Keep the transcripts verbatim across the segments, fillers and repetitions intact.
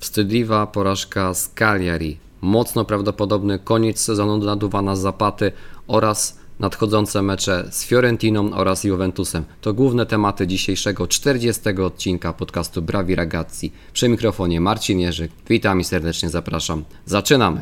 Wstydliwa porażka z Cagliari, mocno prawdopodobny koniec sezonu dla Duwana Zapaty oraz nadchodzące mecze z Fiorentiną oraz Juventusem. To główne tematy dzisiejszego czterdziestego odcinka podcastu Bravi Ragazzi. Przy mikrofonie Marcin Jerzyk. Witam i serdecznie zapraszam. Zaczynamy!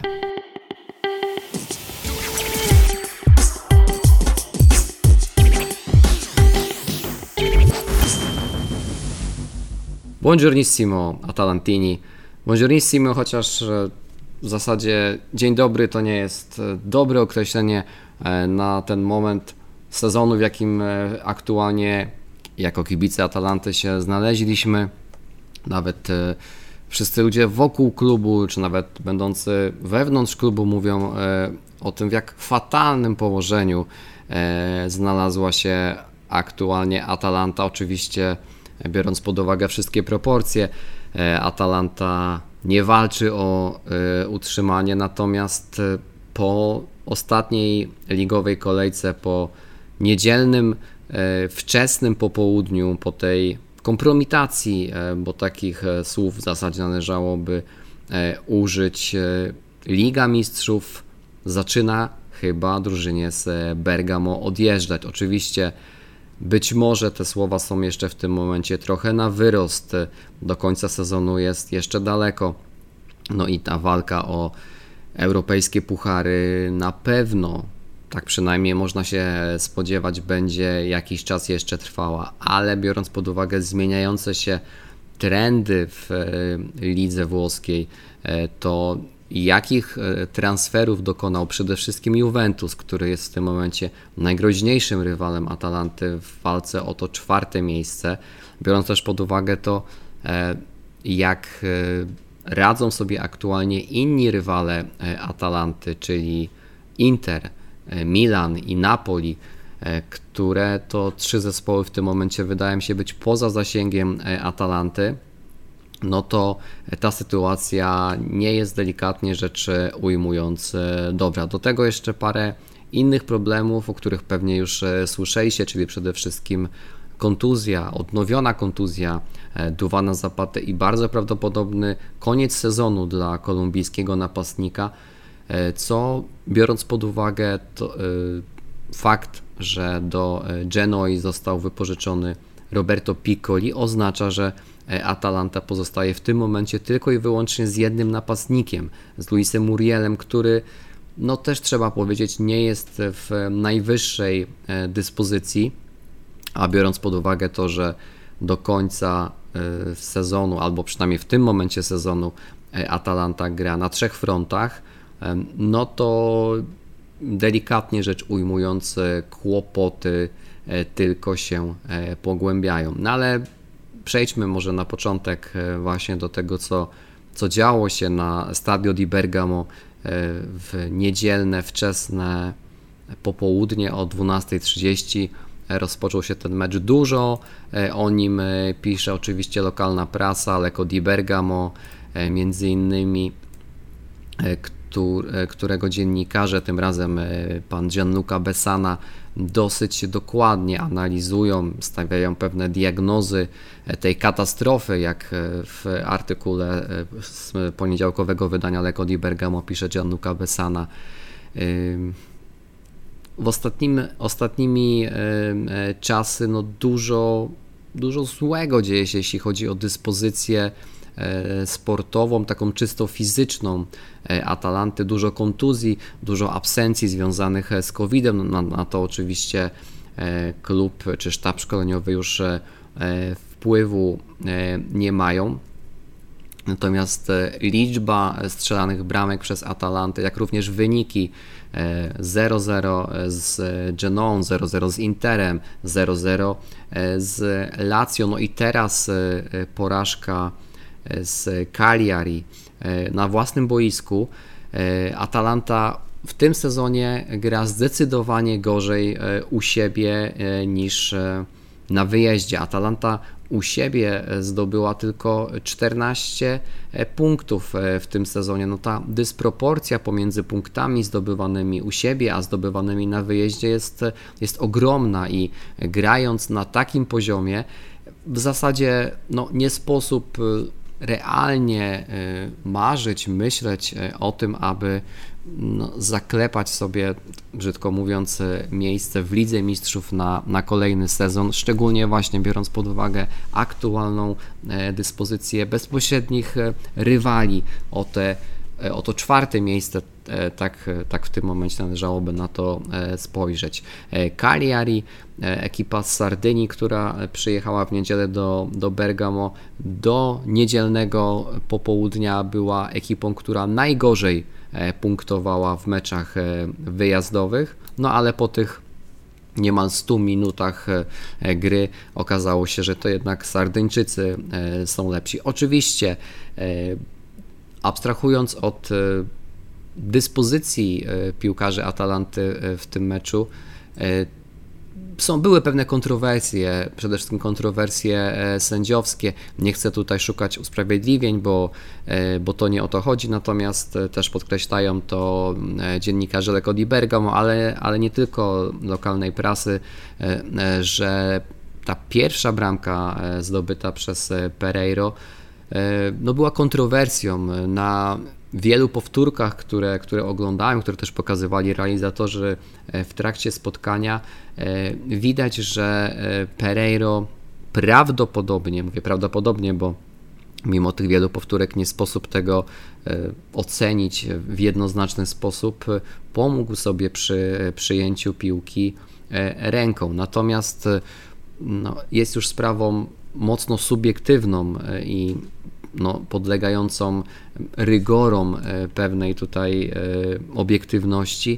Buongiornissimo Atalantini. Buongiornissimo, chociaż w zasadzie dzień dobry to nie jest dobre określenie na ten moment sezonu, w jakim aktualnie jako kibice Atalanty się znaleźliśmy. Nawet wszyscy ludzie wokół klubu, czy nawet będący wewnątrz klubu mówią o tym, w jak fatalnym położeniu znalazła się aktualnie Atalanta. Oczywiście biorąc pod uwagę wszystkie proporcje, Atalanta nie walczy o utrzymanie, natomiast po ostatniej ligowej kolejce, po niedzielnym, wczesnym popołudniu, po tej kompromitacji, bo takich słów w zasadzie należałoby użyć, Liga Mistrzów zaczyna chyba drużynie z Bergamo odjeżdżać. Oczywiście być może te słowa są jeszcze w tym momencie trochę na wyrost, do końca sezonu jest jeszcze daleko, no i ta walka o europejskie puchary na pewno, tak przynajmniej można się spodziewać, będzie jakiś czas jeszcze trwała, ale biorąc pod uwagę zmieniające się trendy w lidze włoskiej, to jakich transferów dokonał przede wszystkim Juventus, który jest w tym momencie najgroźniejszym rywalem Atalanty w walce o to czwarte miejsce, biorąc też pod uwagę to, jak radzą sobie aktualnie inni rywale Atalanty, czyli Inter, Milan i Napoli, które to trzy zespoły w tym momencie wydają się być poza zasięgiem Atalanty, no to ta sytuacja nie jest, delikatnie rzecz ujmując, dobra. Do tego jeszcze parę innych problemów, o których pewnie już słyszeliście, czyli przede wszystkim kontuzja, odnowiona kontuzja Duwana Zapaty i bardzo prawdopodobny koniec sezonu dla kolumbijskiego napastnika, co biorąc pod uwagę to, fakt, że do Genoi został wypożyczony Roberto Piccoli, oznacza, że Atalanta pozostaje w tym momencie tylko i wyłącznie z jednym napastnikiem, z Luisem Murielem, który, no też trzeba powiedzieć, nie jest w najwyższej dyspozycji, a biorąc pod uwagę to, że do końca sezonu, albo przynajmniej w tym momencie sezonu, Atalanta gra na trzech frontach, no to delikatnie rzecz ujmując, kłopoty tylko się pogłębiają. No ale przejdźmy może na początek właśnie do tego, co, co działo się na Stadio di Bergamo w niedzielne, wczesne popołudnie o dwunasta trzydzieści. Rozpoczął się ten mecz. Dużo o nim pisze oczywiście lokalna prasa, L'Eco di Bergamo, między innymi, którego dziennikarze, tym razem pan Gianluca Besana, dosyć dokładnie analizują, stawiają pewne diagnozy tej katastrofy, jak w artykule z poniedziałkowego wydania L'Eco di Bergamo pisze Gianluca Besana. W ostatnim, ostatnimi czasy no dużo, dużo złego dzieje się, jeśli chodzi o dyspozycję sportową, taką czysto fizyczną Atalanty, dużo kontuzji, dużo absencji związanych z kowidem, na, na to oczywiście klub czy sztab szkoleniowy już wpływu nie mają. Natomiast liczba strzelanych bramek przez Atalantę, jak również wyniki zero zero z Genoą, zero zero z Interem, zero zero z Lazio, no i teraz porażka z Cagliari na własnym boisku. Atalanta w tym sezonie gra zdecydowanie gorzej u siebie niż na wyjeździe. Atalanta u siebie zdobyła tylko czternaście punktów w tym sezonie. No ta dysproporcja pomiędzy punktami zdobywanymi u siebie, a zdobywanymi na wyjeździe jest, jest ogromna i grając na takim poziomie w zasadzie no, nie sposób realnie marzyć, myśleć o tym, aby no, zaklepać sobie, brzydko mówiąc, miejsce w Lidze Mistrzów na, na kolejny sezon, szczególnie właśnie biorąc pod uwagę aktualną dyspozycję bezpośrednich rywali o, te, o to czwarte miejsce. Tak, tak w tym momencie należałoby na to spojrzeć. Cagliari, ekipa z Sardynii, która przyjechała w niedzielę do, do Bergamo, do niedzielnego popołudnia była ekipą, która najgorzej punktowała w meczach wyjazdowych, no ale po tych niemal stu minutach gry okazało się, że to jednak Sardyńczycy są lepsi. Oczywiście abstrahując od dyspozycji piłkarzy Atalanty w tym meczu, są, były pewne kontrowersje, przede wszystkim kontrowersje sędziowskie. Nie chcę tutaj szukać usprawiedliwień, bo, bo to nie o to chodzi, natomiast też podkreślają to dziennikarze Lecco di Bergamo, ale, ale nie tylko lokalnej prasy, że ta pierwsza bramka zdobyta przez Pereiro no była kontrowersją. Na wielu powtórkach, które, które oglądałem, które też pokazywali realizatorzy w trakcie spotkania, widać, że Pereiro prawdopodobnie, mówię prawdopodobnie, bo mimo tych wielu powtórek nie sposób tego ocenić w jednoznaczny sposób, pomógł sobie przy przyjęciu piłki ręką. Natomiast no, jest już sprawą mocno subiektywną i no, podlegającą rygorom pewnej tutaj obiektywności.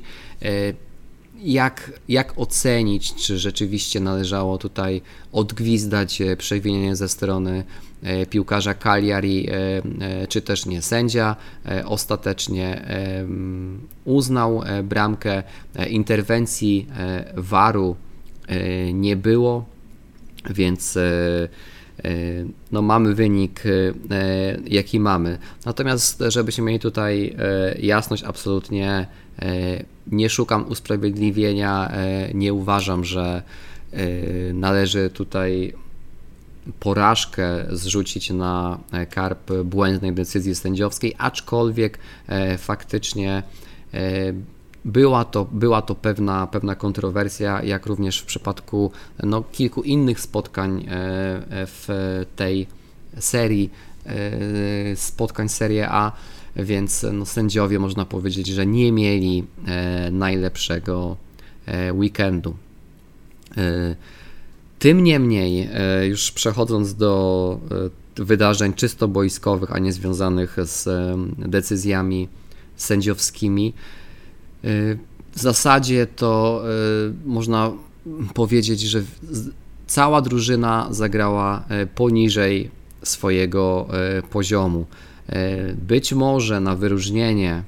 Jak, jak ocenić, czy rzeczywiście należało tutaj odgwizdać przewinienie ze strony piłkarza Cagliari, czy też nie. Sędzia ostatecznie uznał bramkę, interwencji V A R-u nie było, więc no mamy wynik jaki mamy. Natomiast żebyśmy mieli tutaj jasność, absolutnie nie szukam usprawiedliwienia, nie uważam, że należy tutaj porażkę zrzucić na karb błędnej decyzji sędziowskiej, aczkolwiek faktycznie Była to, była to pewna, pewna kontrowersja, jak również w przypadku no, kilku innych spotkań w tej serii, spotkań Serie A, więc no, sędziowie można powiedzieć, że nie mieli najlepszego weekendu. Tym niemniej, już przechodząc do wydarzeń czysto boiskowych, a nie związanych z decyzjami sędziowskimi, w zasadzie to można powiedzieć, że cała drużyna zagrała poniżej swojego poziomu. Być może na wyróżnienie,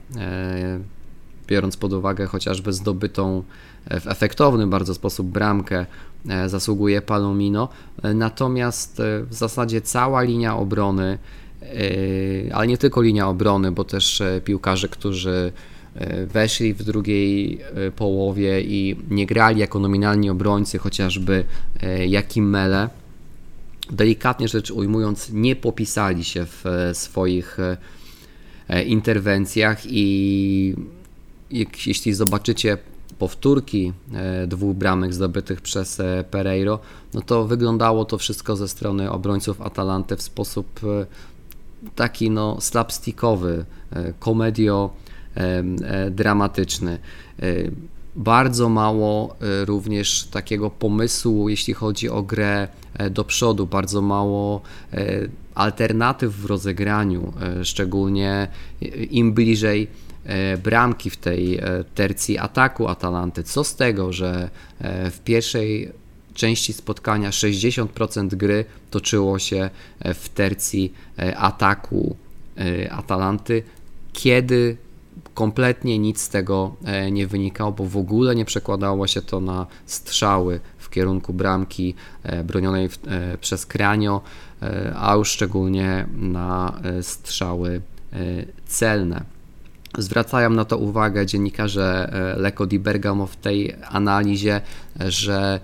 biorąc pod uwagę chociażby zdobytą w efektowny bardzo sposób bramkę, zasługuje Palomino, natomiast w zasadzie cała linia obrony, ale nie tylko linia obrony, bo też piłkarze, którzy weszli w drugiej połowie i nie grali jako nominalni obrońcy, chociażby Jakim Mele, delikatnie rzecz ujmując, nie popisali się w swoich interwencjach i jeśli zobaczycie powtórki dwóch bramek zdobytych przez Pereiro, no to wyglądało to wszystko ze strony obrońców Atalanty w sposób taki no slapstickowy, komedio dramatyczny. Bardzo mało również takiego pomysłu, jeśli chodzi o grę do przodu, bardzo mało alternatyw w rozegraniu, szczególnie im bliżej bramki w tej tercji ataku Atalanty. Co z tego, że w pierwszej części spotkania sześćdziesiąt procent gry toczyło się w tercji ataku Atalanty, kiedy kompletnie nic z tego nie wynikało, bo w ogóle nie przekładało się to na strzały w kierunku bramki bronionej przez Cranio, a już szczególnie na strzały celne. Zwracają na to uwagę dziennikarze Lecco di Bergamo w tej analizie, że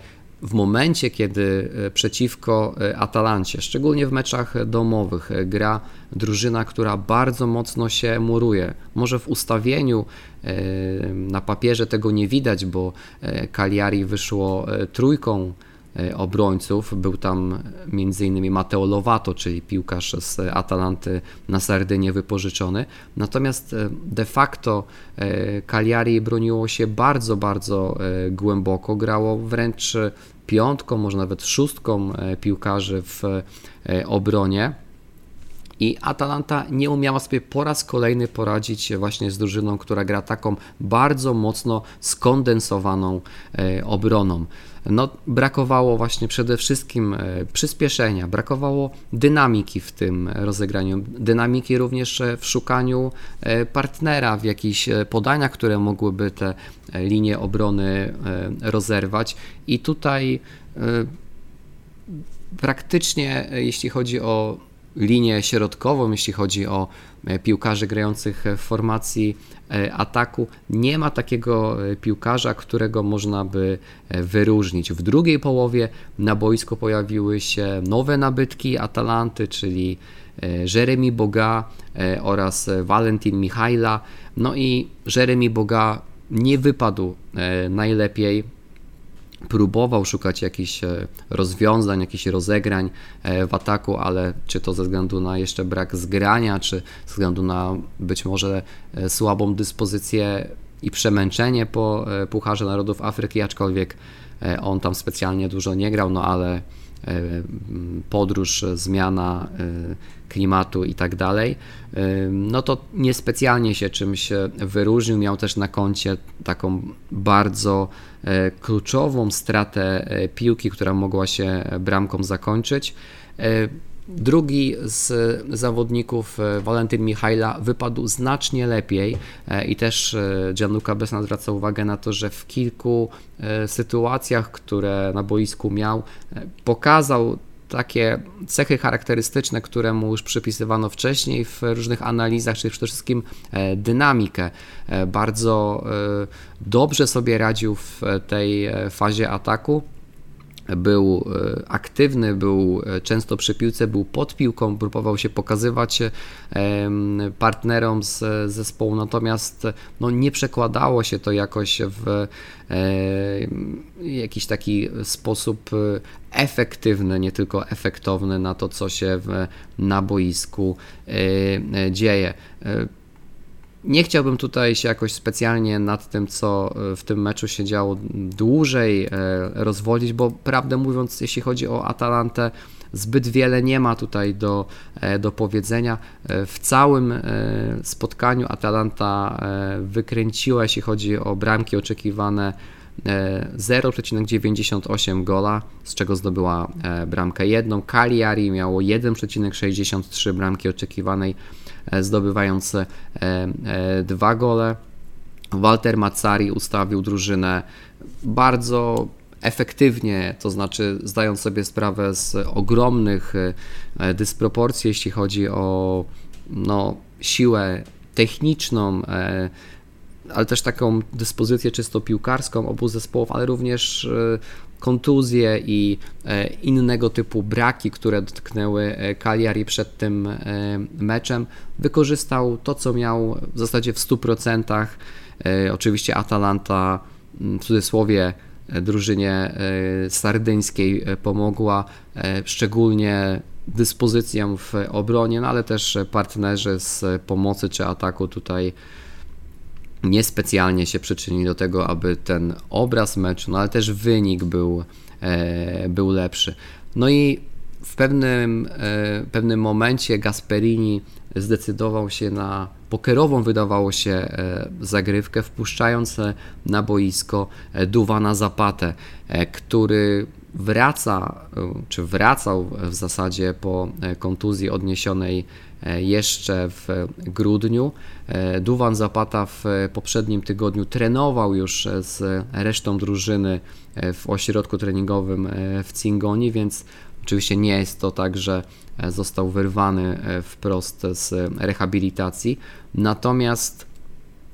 w momencie, kiedy przeciwko Atalancie, szczególnie w meczach domowych, gra drużyna, która bardzo mocno się muruje. Może w ustawieniu na papierze tego nie widać, bo Cagliari wyszło trójką obrońców. Był tam między innymi Matteo Lovato, czyli piłkarz z Atalanty na Sardynię wypożyczony. Natomiast de facto Cagliari broniło się bardzo, bardzo głęboko. Grało wręcz piątką, może nawet szóstką piłkarzy w obronie. I Atalanta nie umiała sobie po raz kolejny poradzić właśnie z drużyną, która gra taką bardzo mocno skondensowaną obroną. No, brakowało właśnie przede wszystkim przyspieszenia, brakowało dynamiki w tym rozegraniu, dynamiki również w szukaniu partnera, w jakichś podaniach, które mogłyby te linie obrony rozerwać. I tutaj praktycznie, jeśli chodzi o linię środkową, jeśli chodzi o piłkarzy grających w formacji ataku, nie ma takiego piłkarza, którego można by wyróżnić. W drugiej połowie na boisku pojawiły się nowe nabytki Atalanty, czyli Jeremy Boga oraz Valentin Michajla. No i Jeremy Boga nie wypadł najlepiej. Próbował szukać jakichś rozwiązań, jakichś rozegrań w ataku, ale czy to ze względu na jeszcze brak zgrania, czy ze względu na być może słabą dyspozycję i przemęczenie po Pucharze Narodów Afryki, aczkolwiek on tam specjalnie dużo nie grał, no ale podróż, zmiana klimatu i tak dalej, no to niespecjalnie się czymś wyróżnił. Miał też na koncie taką bardzo kluczową stratę piłki, która mogła się bramką zakończyć. Drugi z zawodników, Valentin Michajla, wypadł znacznie lepiej i też Gianluca Besna zwraca uwagę na to, że w kilku sytuacjach, które na boisku miał, pokazał takie cechy charakterystyczne, które mu już przypisywano wcześniej w różnych analizach, czyli przede wszystkim dynamikę. Bardzo dobrze sobie radził w tej fazie ataku. Był aktywny, był często przy piłce, był pod piłką, próbował się pokazywać partnerom z zespołu, natomiast no, nie przekładało się to jakoś w jakiś taki sposób efektywny, nie tylko efektowny na to, co się w, na boisku dzieje. Nie chciałbym tutaj się jakoś specjalnie nad tym, co w tym meczu się działo, dłużej rozwodzić, bo prawdę mówiąc, jeśli chodzi o Atalantę, zbyt wiele nie ma tutaj do, do powiedzenia. W całym spotkaniu Atalanta wykręciła, jeśli chodzi o bramki oczekiwane, zero przecinek dziewięćdziesiąt osiem gola, z czego zdobyła bramkę jedną. Cagliari miało jeden przecinek sześćdziesiąt trzy bramki oczekiwanej, zdobywając dwa gole. Walter Mazzari ustawił drużynę bardzo efektywnie, to znaczy zdając sobie sprawę z ogromnych dysproporcji, jeśli chodzi o no, siłę techniczną, ale też taką dyspozycję czysto piłkarską obu zespołów, ale również kontuzje i innego typu braki, które dotknęły Cagliari przed tym meczem. Wykorzystał to, co miał w zasadzie w stu procentach. Oczywiście Atalanta, w cudzysłowie, drużynie sardyńskiej pomogła, szczególnie dyspozycją w obronie, no ale też partnerzy z pomocy czy ataku tutaj niespecjalnie się przyczynili do tego, aby ten obraz meczu, no ale też wynik był, e, był lepszy. No i w pewnym, e, pewnym momencie Gasperini zdecydował się na pokerową, wydawało się, e, zagrywkę, wpuszczając na boisko Duvana Zapatę, e, który wraca, czy wracał w zasadzie po kontuzji odniesionej jeszcze w grudniu. Duvan Zapata w poprzednim tygodniu trenował już z resztą drużyny w ośrodku treningowym w Cingoni, więc oczywiście nie jest to tak, że został wyrwany wprost z rehabilitacji. Natomiast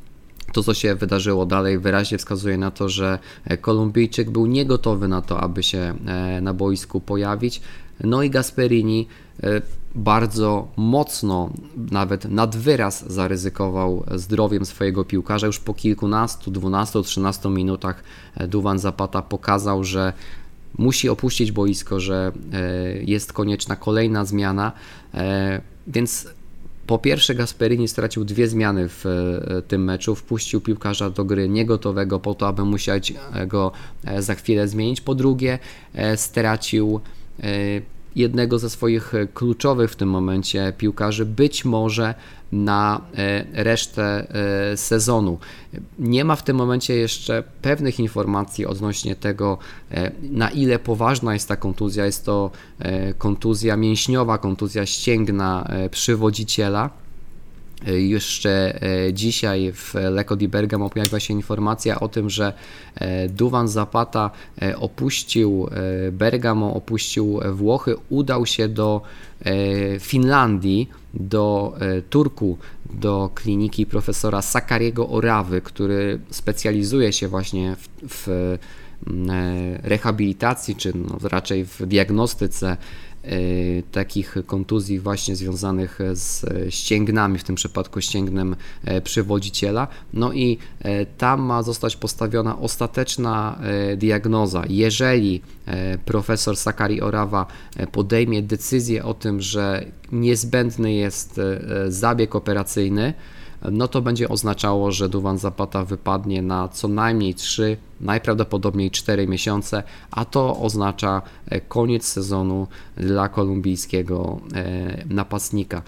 To, co się wydarzyło dalej, wyraźnie wskazuje na to, że Kolumbijczyk był niegotowy na to, aby się na boisku pojawić. No i Gasperini bardzo mocno, nawet nad wyraz zaryzykował zdrowiem swojego piłkarza. Już po kilkunastu, dwunastu, trzynastu minutach Duvan Zapata pokazał, że musi opuścić boisko, że jest konieczna kolejna zmiana, więc po pierwsze Gasperini stracił dwie zmiany w tym meczu, wpuścił piłkarza do gry niegotowego po to, aby musieć go za chwilę zmienić. Po drugie stracił jednego ze swoich kluczowych w tym momencie piłkarzy, być może na resztę sezonu. Nie ma w tym momencie jeszcze pewnych informacji odnośnie tego, na ile poważna jest ta kontuzja. Jest to kontuzja mięśniowa, kontuzja ścięgna przywodziciela. Jeszcze dzisiaj w Lecco di Bergamo pojawiła się informacja o tym, że Duvan Zapata opuścił Bergamo, opuścił Włochy, udał się do Finlandii, do Turku, do kliniki profesora Sakkariego Orawy, który specjalizuje się właśnie w, w rehabilitacji, czy no raczej w diagnostyce takich kontuzji właśnie związanych z ścięgnami, w tym przypadku ścięgnem przywodziciela. No i tam ma zostać postawiona ostateczna diagnoza. Jeżeli profesor Sakkari Orawa podejmie decyzję o tym, że niezbędny jest zabieg operacyjny, no to będzie oznaczało, że Duvan Zapata wypadnie na co najmniej trzy, najprawdopodobniej cztery miesiące, a to oznacza koniec sezonu dla kolumbijskiego napastnika.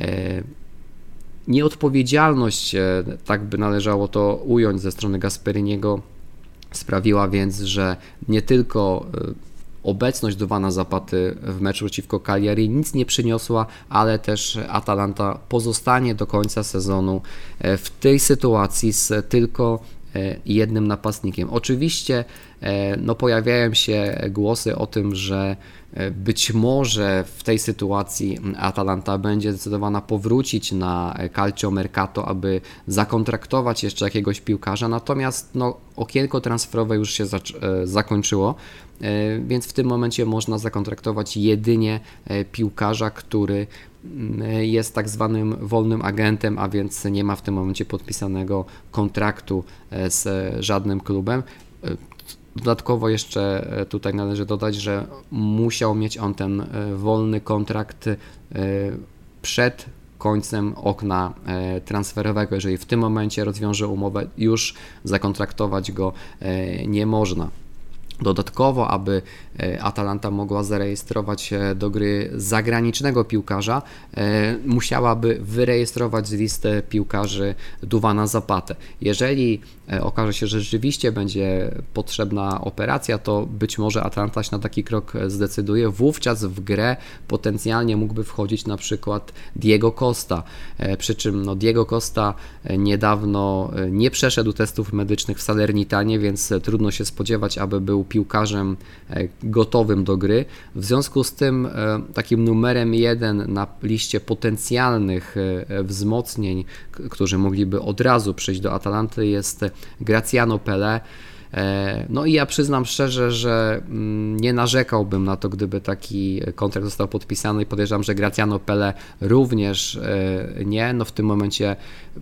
Nieodpowiedzialność, tak by należało to ująć ze strony Gasperiniego, sprawiła więc, że nie tylko obecność Duvana Zapaty w meczu przeciwko Cagliari nic nie przyniosła, ale też Atalanta pozostanie do końca sezonu w tej sytuacji z tylko jednym napastnikiem. Oczywiście no, pojawiają się głosy o tym, że być może w tej sytuacji Atalanta będzie zdecydowana powrócić na calcio mercato, aby zakontraktować jeszcze jakiegoś piłkarza, natomiast no, okienko transferowe już się zakończyło, więc w tym momencie można zakontraktować jedynie piłkarza, który jest tak zwanym wolnym agentem, a więc nie ma w tym momencie podpisanego kontraktu z żadnym klubem. Dodatkowo jeszcze tutaj należy dodać, że musiał mieć on ten wolny kontrakt przed końcem okna transferowego. Jeżeli w tym momencie rozwiąże umowę, już zakontraktować go nie można. Dodatkowo, aby Atalanta mogła zarejestrować do gry zagranicznego piłkarza, musiałaby wyrejestrować z listy piłkarzy Duvana Zapatę. Jeżeli okaże się, że rzeczywiście będzie potrzebna operacja, to być może Atalanta się na taki krok zdecyduje. Wówczas w grę potencjalnie mógłby wchodzić na przykład Diego Costa, przy czym no, Diego Costa niedawno nie przeszedł testów medycznych w Salernitanie, więc trudno się spodziewać, aby był piłkarzem gotowym do gry. W związku z tym takim numerem jeden na liście potencjalnych wzmocnień, którzy mogliby od razu przyjść do Atalanty, jest Graziano Pelé. No i ja przyznam szczerze, że nie narzekałbym na to, gdyby taki kontrakt został podpisany i podejrzewam, że Graziano Pelé również nie. No w tym momencie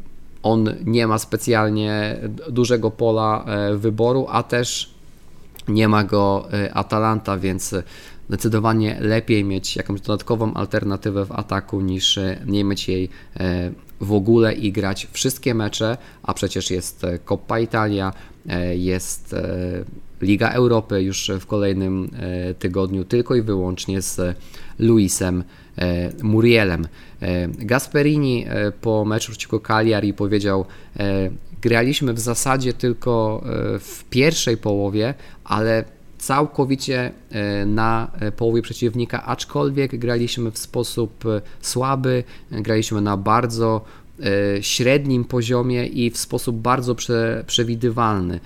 on nie ma specjalnie dużego pola wyboru, a też nie ma go Atalanta, więc zdecydowanie lepiej mieć jakąś dodatkową alternatywę w ataku niż nie mieć jej w ogóle i grać wszystkie mecze, a przecież jest Coppa Italia, jest Liga Europy już w kolejnym tygodniu tylko i wyłącznie z Luisem Murielem. Gasperini po meczu przeciwko Cagliari powiedział: graliśmy w zasadzie tylko w pierwszej połowie, ale całkowicie na połowie przeciwnika, aczkolwiek graliśmy w sposób słaby, graliśmy na bardzo średnim poziomie i w sposób bardzo prze, przewidywalny.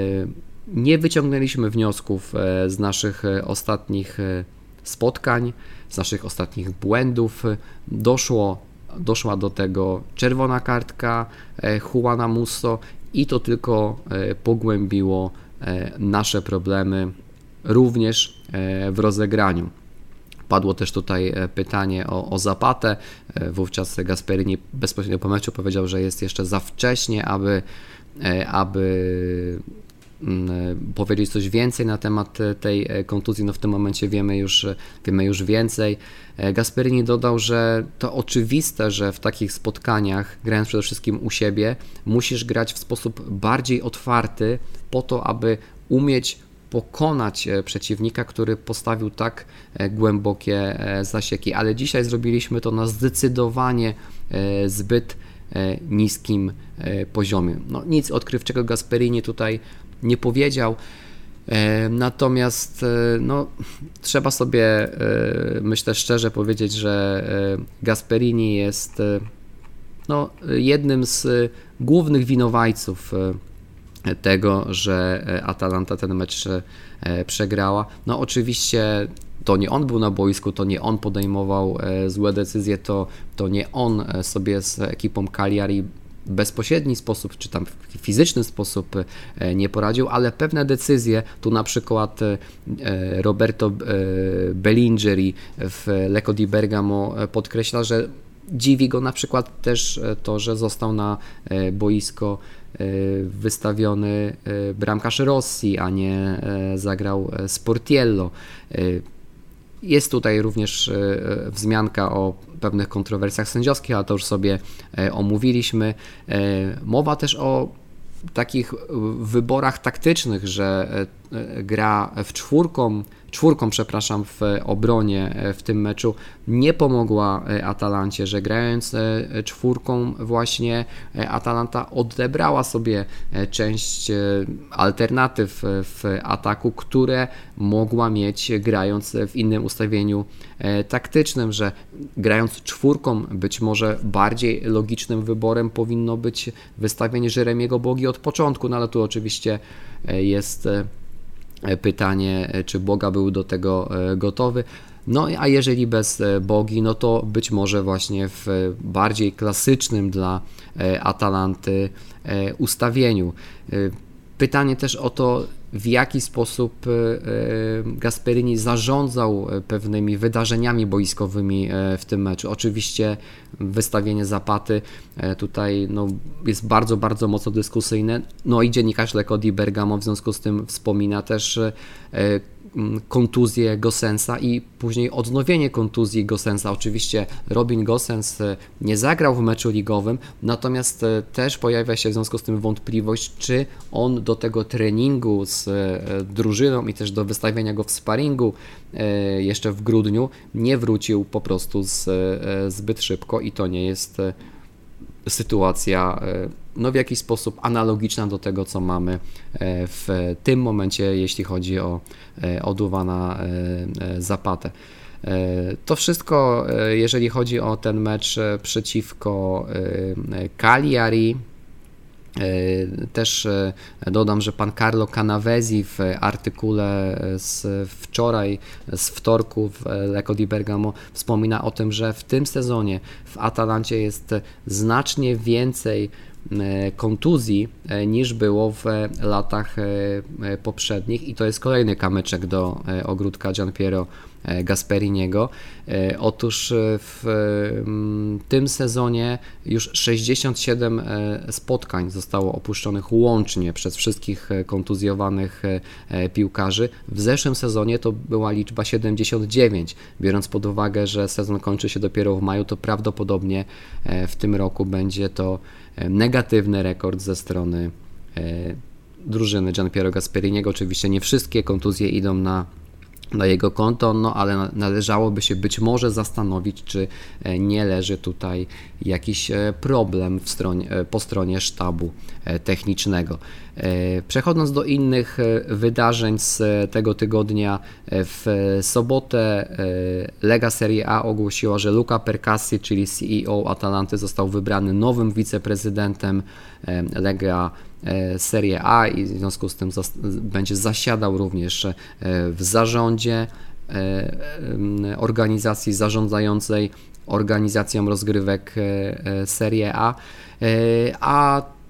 Nie wyciągnęliśmy wniosków z naszych ostatnich spotkań, z naszych ostatnich błędów. Doszło Doszła do tego czerwona kartka Juana Musso i to tylko pogłębiło nasze problemy również w rozegraniu. Padło też tutaj pytanie o, o Zapatę. Wówczas Gasperini bezpośrednio po meczu powiedział, że jest jeszcze za wcześnie, aby, aby powiedzieć coś więcej na temat tej kontuzji. No w tym momencie wiemy już, wiemy już więcej. Gasperini dodał, że to oczywiste, że w takich spotkaniach, grając przede wszystkim u siebie, musisz grać w sposób bardziej otwarty po to, aby umieć pokonać przeciwnika, który postawił tak głębokie zasieki, ale dzisiaj zrobiliśmy to na zdecydowanie zbyt niskim poziomie. No, nic odkrywczego Gasperini tutaj nie powiedział, natomiast no, trzeba sobie, myślę szczerze powiedzieć, że Gasperini jest no, jednym z głównych winowajców tego, że Atalanta ten mecz przegrała. No oczywiście to nie on był na boisku, to nie on podejmował złe decyzje, to, to nie on sobie z ekipą Cagliari w bezpośredni sposób, czy tam w fizyczny sposób nie poradził, ale pewne decyzje, tu na przykład Roberto Bellingeri w Lecco di Bergamo podkreśla, że dziwi go na przykład też to, że został na boisko wystawiony bramkarz Rossi, a nie zagrał Sportiello. Jest tutaj również wzmianka o pewnych kontrowersjach sędziowskich, ale to już sobie omówiliśmy. Mowa też o takich wyborach taktycznych, że gra w czwórką, czwórką, przepraszam, w obronie w tym meczu nie pomogła Atalancie, że grając czwórką właśnie Atalanta odebrała sobie część alternatyw w ataku, które mogła mieć grając w innym ustawieniu taktycznym, że grając czwórką być może bardziej logicznym wyborem powinno być wystawienie Jeremiego Bogi od początku, no ale tu oczywiście jest pytanie, czy Boga był do tego gotowy. No a jeżeli bez Bogi, no to być może właśnie w bardziej klasycznym dla Atalanty ustawieniu. Pytanie też o to, w jaki sposób Gasperini zarządzał pewnymi wydarzeniami boiskowymi w tym meczu. Oczywiście wystawienie Zapaty tutaj no, jest bardzo, bardzo mocno dyskusyjne. No i dziennikarz Lecco di Bergamo w związku z tym wspomina też kontuzję Gossensa i później odnowienie kontuzji Gossensa. Oczywiście Robin Gosens nie zagrał w meczu ligowym, natomiast też pojawia się w związku z tym wątpliwość, czy on do tego treningu z drużyną i też do wystawienia go w sparingu jeszcze w grudniu nie wrócił po prostu z, zbyt szybko i to nie jest sytuacja no w jakiś sposób analogiczna do tego, co mamy w tym momencie, jeśli chodzi o, o Duwana Zapatę. To wszystko, jeżeli chodzi o ten mecz przeciwko Cagliari. Też dodam, że pan Carlo Canavesi w artykule z wczoraj, z wtorku w Lecco di Bergamo wspomina o tym, że w tym sezonie w Atalancie jest znacznie więcej kontuzji niż było w latach poprzednich i to jest kolejny kamyczek do ogródka Gianpiero Gasperiniego. Otóż w tym sezonie już sześćdziesiąt siedem spotkań zostało opuszczonych łącznie przez wszystkich kontuzjowanych piłkarzy. W zeszłym sezonie to była liczba siedemdziesiąt dziewięć. Biorąc pod uwagę, że sezon kończy się dopiero w maju, to prawdopodobnie w tym roku będzie to negatywny rekord ze strony drużyny Gianpiero Gasperiniego. Oczywiście nie wszystkie kontuzje idą na na jego konto, no ale należałoby się być może zastanowić, czy nie leży tutaj jakiś problem w stronie, po stronie sztabu technicznego. Przechodząc do innych wydarzeń z tego tygodnia, w sobotę Lega Serie A ogłosiła, że Luca Percassi, czyli C E O Atalanty, został wybrany nowym wiceprezydentem Lega Serie A i w związku z tym zas- będzie zasiadał również w zarządzie organizacji zarządzającej organizacją rozgrywek Serie A, a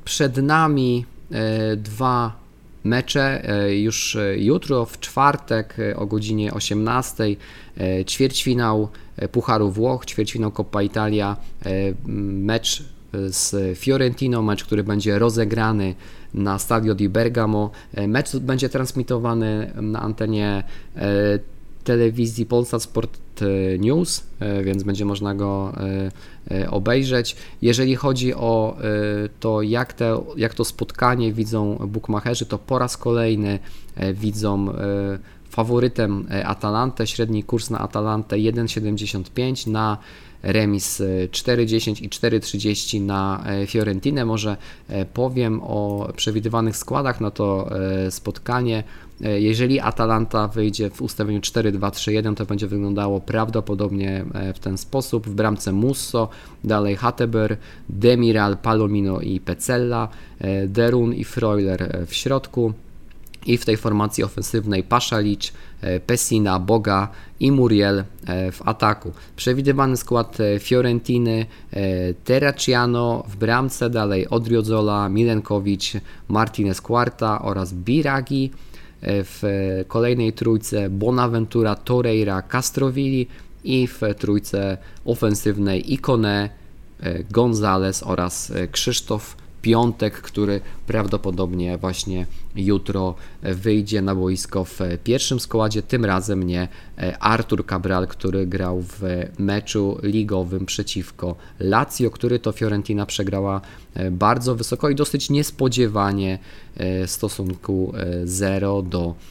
przed nami dwa mecze. Już jutro, w czwartek o godzinie osiemnastej, ćwierćfinał Pucharu Włoch, ćwierćfinał Coppa Italia, mecz z Fiorentiną, mecz, który będzie rozegrany na Stadio di Bergamo. Mecz będzie transmitowany na antenie telewizji Polsat Sport News, więc będzie można go obejrzeć. Jeżeli chodzi o to, jak, te, jak to spotkanie widzą bukmacherzy, to po raz kolejny widzą faworytem Atalantę, średni kurs na Atalantę jeden siedemdziesiąt pięć, na remis cztery dziesięć i cztery trzydzieści na Fiorentinę. Może powiem o przewidywanych składach na to spotkanie. Jeżeli Atalanta wyjdzie w ustawieniu cztery dwa trzy jeden, to będzie wyglądało prawdopodobnie w ten sposób. W bramce Musso, dalej Hatteber, Demiral, Palomino i Pezzella, Derun i Freuler w środku. I w tej formacji ofensywnej Pasalic, Pessina, Boga i Muriel w ataku. Przewidywany skład Fiorentiny: Terracciano w bramce, dalej Odriozola, Milenkowicz, Martinez Quarta oraz Biragi. W kolejnej trójce Bonaventura, Torreira, Castrovilli i w trójce ofensywnej Ikone, Gonzalez oraz Krzysztof Piątek, który prawdopodobnie właśnie jutro wyjdzie na boisko w pierwszym składzie. Tym razem nie Artur Cabral, który grał w meczu ligowym przeciwko Lazio, który to Fiorentina przegrała bardzo wysoko i dosyć niespodziewanie w stosunku zero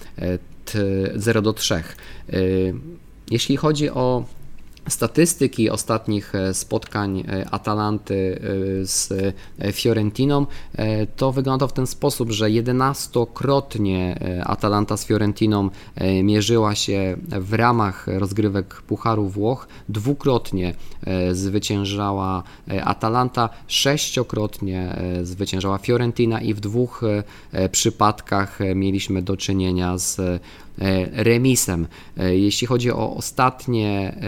do trzech. Jeśli chodzi o statystyki ostatnich spotkań Atalanty z Fiorentiną, to wygląda w ten sposób, że jedenastokrotnie Atalanta z Fiorentiną mierzyła się w ramach rozgrywek Pucharu Włoch, dwukrotnie zwyciężała Atalanta, sześciokrotnie zwyciężała Fiorentina i w dwóch przypadkach mieliśmy do czynienia z remisem. Jeśli chodzi o ostatnie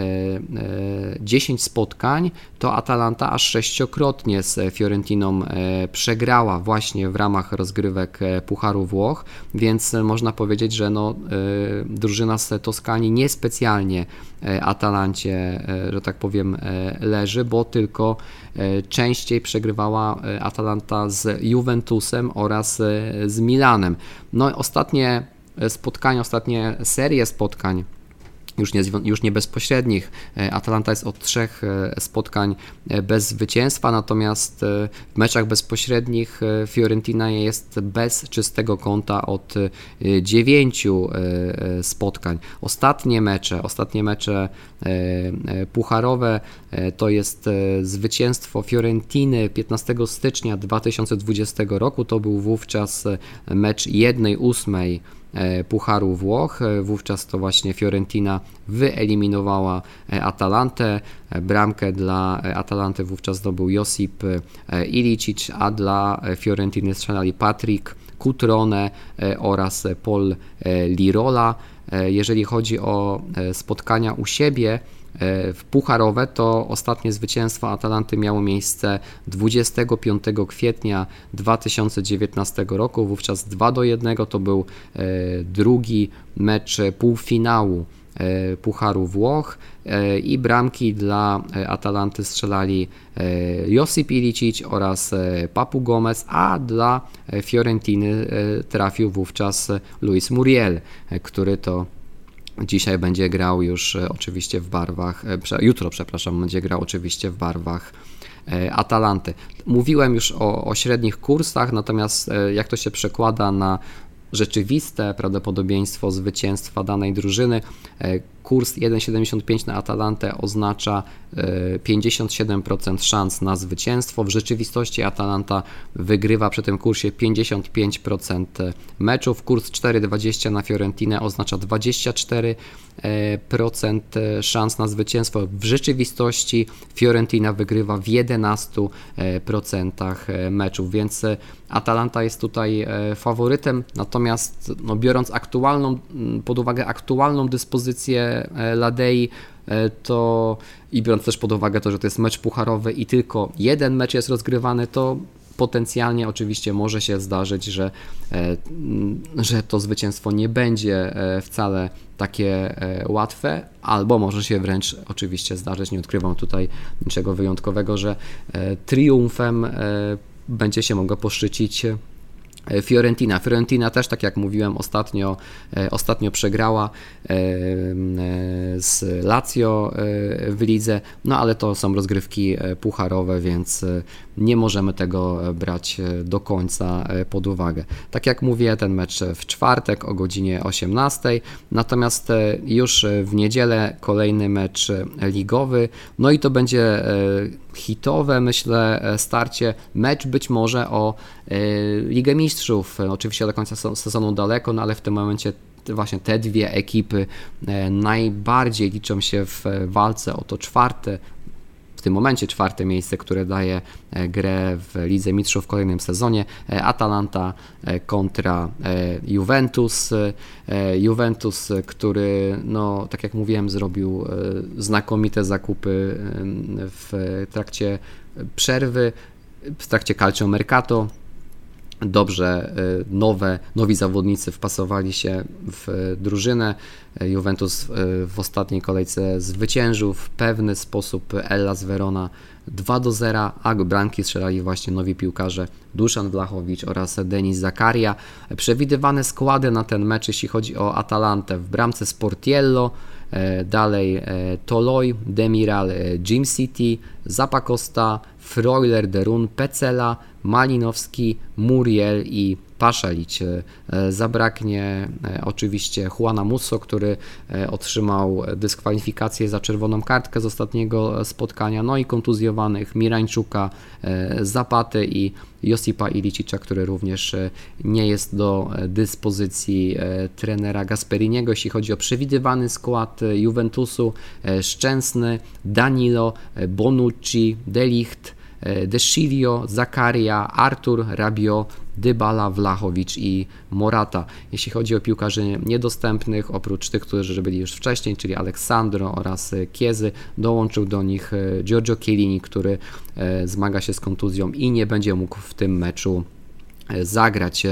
dziesięć spotkań, to Atalanta aż sześciokrotnie z Fiorentiną przegrała właśnie w ramach rozgrywek Pucharu Włoch, więc można powiedzieć, że no, drużyna z Toskanii niespecjalnie Atalancie, że tak powiem, leży, bo tylko częściej przegrywała Atalanta z Juventusem oraz z Milanem. No ostatnie spotkania, ostatnie serie spotkań, już nie, już nie bezpośrednich. Atalanta jest od trzech spotkań bez zwycięstwa, natomiast w meczach bezpośrednich Fiorentina jest bez czystego kąta od dziewięciu spotkań. Ostatnie mecze, ostatnie mecze pucharowe to jest zwycięstwo Fiorentiny piętnastego stycznia dwa tysiące dwudziestego roku. To był wówczas mecz jednej ósmej Pucharu Włoch. Wówczas to właśnie Fiorentina wyeliminowała Atalantę. Bramkę dla Atalanty wówczas zdobył Josip Ilicic, a dla Fiorentiny strzelali Patrick Cutrone oraz Paul Lirola. Jeżeli chodzi o spotkania u siebie w pucharowe, to ostatnie zwycięstwo Atalanty miało miejsce dwudziestego piątego kwietnia dwa tysiące dziewiętnastego roku, wówczas dwa do jednego. To był drugi mecz półfinału Pucharu Włoch i bramki dla Atalanty strzelali Josip Ilicic oraz Papu Gomez, a dla Fiorentiny trafił wówczas Luis Muriel, który to dzisiaj będzie grał już oczywiście w barwach, jutro przepraszam, będzie grał oczywiście w barwach Atalanty. Mówiłem już o, o średnich kursach, natomiast jak to się przekłada na rzeczywiste prawdopodobieństwo zwycięstwa danej drużyny, kurs jeden siedemdziesiąt pięć na Atalantę oznacza pięćdziesiąt siedem procent szans na zwycięstwo. W rzeczywistości Atalanta wygrywa przy tym kursie pięćdziesiąt pięć procent meczów. Kurs cztery dwadzieścia na Fiorentinę oznacza dwadzieścia cztery procent szans na zwycięstwo. W rzeczywistości Fiorentina wygrywa w jedenastu procentach meczów, więc Atalanta jest tutaj faworytem, natomiast no, biorąc aktualną, pod uwagę aktualną dyspozycję Ladei, to i biorąc też pod uwagę to, że to jest mecz pucharowy i tylko jeden mecz jest rozgrywany, to potencjalnie oczywiście może się zdarzyć, że, że to zwycięstwo nie będzie wcale takie łatwe, albo może się wręcz oczywiście zdarzyć, nie odkrywam tutaj niczego wyjątkowego, że triumfem będzie się mogła poszczycić Fiorentina. Fiorentina też, tak jak mówiłem, ostatnio, ostatnio przegrała z Lazio w lidze, no ale to są rozgrywki pucharowe, więc nie możemy tego brać do końca pod uwagę. Tak jak mówię, ten mecz w czwartek o godzinie osiemnastej, natomiast już w niedzielę kolejny mecz ligowy, no i to będzie hitowe, myślę, starcie, mecz być może o Ligę Mistrzów, oczywiście do końca sezonu daleko, no ale w tym momencie właśnie te dwie ekipy najbardziej liczą się w walce o to czwarte, w tym momencie czwarte miejsce, które daje grę w Lidze Mistrzów w kolejnym sezonie. Atalanta kontra Juventus. Juventus, który, no, tak jak mówiłem, zrobił znakomite zakupy w trakcie przerwy, w trakcie Calcio Mercato. Dobrze nowe, nowi zawodnicy wpasowali się w drużynę. Juventus w ostatniej kolejce zwyciężył w pewny sposób Hellas Verona dwa do zera, a bramki strzelali właśnie nowi piłkarze Duszan Vlahovic oraz Denis Zakaria. Przewidywane składy na ten mecz, jeśli chodzi o Atalantę: w bramce Sportiello, dalej Toloi, Demiral, Jim City, Zappacosta, Freuler, Derun, Pecela, Malinowski, Muriel i Paszalić. Zabraknie oczywiście Juana Musso, który otrzymał dyskwalifikację za czerwoną kartkę z ostatniego spotkania, no i kontuzjowanych Mirańczuka, Zapaty i Josipa Ilicicia, który również nie jest do dyspozycji trenera Gasperiniego. Jeśli chodzi o przewidywany skład Juventusu: Szczęsny, Danilo, Bonucci, De Ligt, De Sciglio, Zakaria, Artur, Rabiot, Dybala, Vlahovic i Morata. Jeśli chodzi o piłkarzy niedostępnych, oprócz tych, którzy byli już wcześniej, czyli Alessandro oraz Chiesy, dołączył do nich Giorgio Chiellini, który zmaga się z kontuzją i nie będzie mógł w tym meczu zagrać.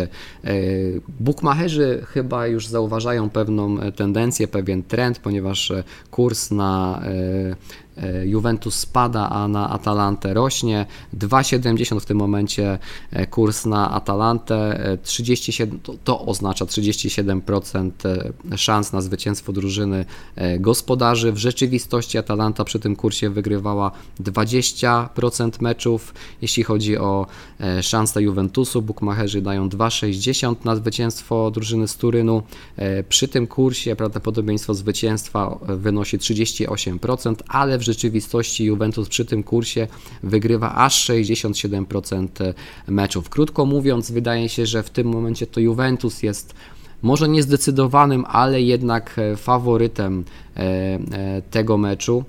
Bukmacherzy chyba już zauważają pewną tendencję, pewien trend, ponieważ kurs na Juventus spada, a na Atalantę rośnie. dwa siedemdziesiąt w tym momencie kurs na Atalantę, trzydzieści siedem, to, to oznacza trzydzieści siedem procent szans na zwycięstwo drużyny gospodarzy. W rzeczywistości Atalanta przy tym kursie wygrywała dwadzieścia procent meczów. Jeśli chodzi o szanse Juventusu, bukmacherzy dają dwa sześćdziesiąt na zwycięstwo drużyny z Turynu. Przy tym kursie prawdopodobieństwo zwycięstwa wynosi trzydzieści osiem procent, ale w rzeczywistości Juventus przy tym kursie wygrywa aż sześćdziesiąt siedem procent meczów. Krótko mówiąc, wydaje się, że w tym momencie to Juventus jest może niezdecydowanym, ale jednak faworytem tego meczu.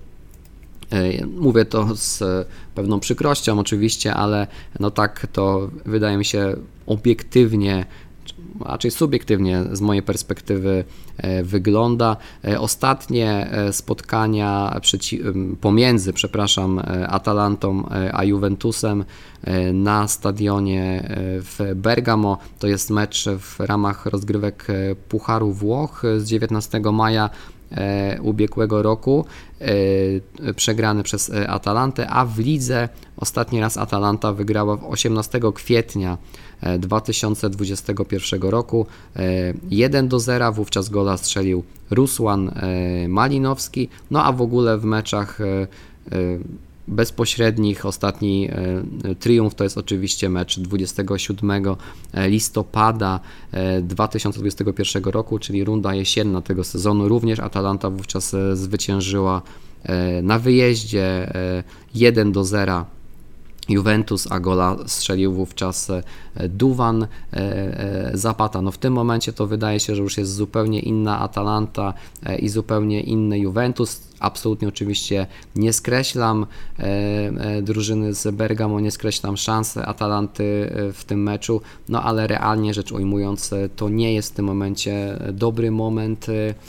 Mówię to z pewną przykrością oczywiście, ale no tak to wydaje mi się obiektywnie, raczej subiektywnie z mojej perspektywy wygląda. Ostatnie spotkania przeci- pomiędzy, przepraszam, Atalantą a Juventusem na stadionie w Bergamo, to jest mecz w ramach rozgrywek Pucharu Włoch z dziewiętnastego maja ubiegłego roku, przegrany przez Atalantę, a w lidze ostatni raz Atalanta wygrała w osiemnastego kwietnia dwa tysiące dwudziestego pierwszego roku jeden do zera, wówczas gola strzelił Rusłan Malinowski, no a w ogóle w meczach bezpośrednich ostatni triumf to jest oczywiście mecz dwudziestego siódmego listopada dwa tysiące dwudziestego pierwszego roku, czyli runda jesienna tego sezonu. Również Atalanta wówczas zwyciężyła na wyjeździe jeden do zera Juventus, a gola strzelił wówczas Duvan Zapata. No w tym momencie to wydaje się, że już jest zupełnie inna Atalanta i zupełnie inny Juventus. absolutnie oczywiście nie skreślam drużyny z Bergamo, nie skreślam szans Atalanty w tym meczu, no ale realnie rzecz ujmując, to nie jest w tym momencie dobry moment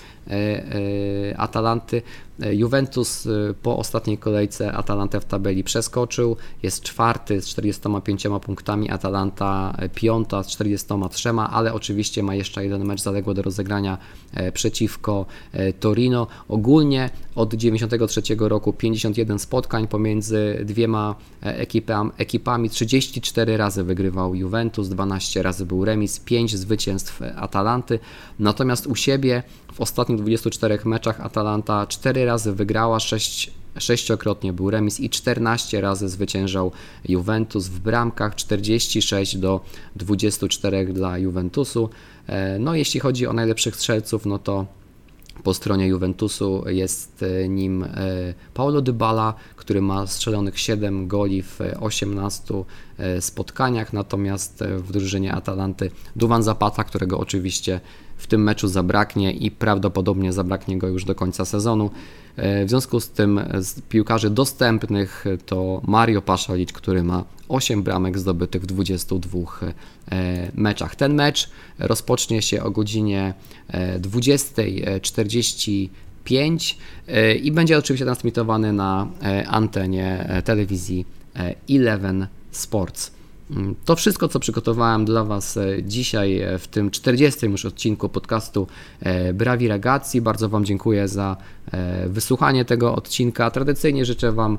Atalanty. Juventus po ostatniej kolejce Atalantę w tabeli przeskoczył, jest czwarty z czterdziestoma pięcioma punktami, Atalanta piąta z czterdziestoma trzema, ale oczywiście ma jeszcze jeden mecz zaległy do rozegrania przeciwko Torino. Ogólnie od dziewięćdziesiątego trzeciego roku pięćdziesiąt jeden spotkań pomiędzy dwiema ekipami, ekipami trzydzieści cztery razy wygrywał Juventus, dwanaście razy był remis, pięć zwycięstw Atalanty, natomiast u siebie w ostatnich dwudziestu czterech meczach Atalanta cztery razy wygrała, sześć, sześciokrotnie był remis i czternaście razy zwyciężał Juventus w bramkach, czterdzieści sześć do dwudziestu czterech dla Juventusu. No jeśli chodzi o najlepszych strzelców, no to po stronie Juventusu jest nim Paulo Dybala, który ma strzelonych siedem goli w osiemnastu spotkaniach, natomiast w drużynie Atalanty Duvan Zapata, którego oczywiście w tym meczu zabraknie i prawdopodobnie zabraknie go już do końca sezonu. W związku z tym z piłkarzy dostępnych to Mario Pasalic, który ma osiem bramek zdobytych w dwudziestu dwóch meczach. Ten mecz rozpocznie się o godzinie dwudziesta czterdzieści pięć i będzie oczywiście transmitowany na antenie telewizji Eleven Sports. To wszystko, co przygotowałem dla Was dzisiaj w tym czterdziestym już odcinku podcastu Bravi Ragazzi. Bardzo Wam dziękuję za wysłuchanie tego odcinka. Tradycyjnie życzę Wam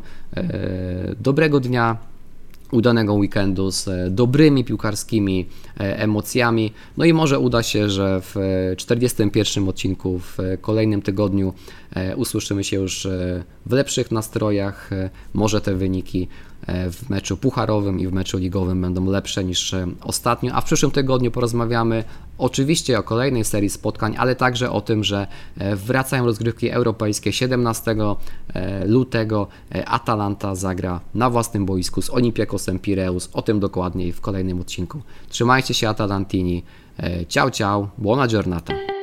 dobrego dnia, udanego weekendu z dobrymi piłkarskimi emocjami. No i może uda się, że w czterdziestym pierwszym odcinku w kolejnym tygodniu usłyszymy się już w lepszych nastrojach. Może te wyniki w meczu pucharowym i w meczu ligowym będą lepsze niż ostatnio, a w przyszłym tygodniu porozmawiamy oczywiście o kolejnej serii spotkań, ale także o tym, że wracają rozgrywki europejskie. siedemnastego lutego Atalanta zagra na własnym boisku z Olympiakosem Pireus. O tym dokładniej w kolejnym odcinku. Trzymajcie się Atalantini. Ciao, ciao, buona giornata.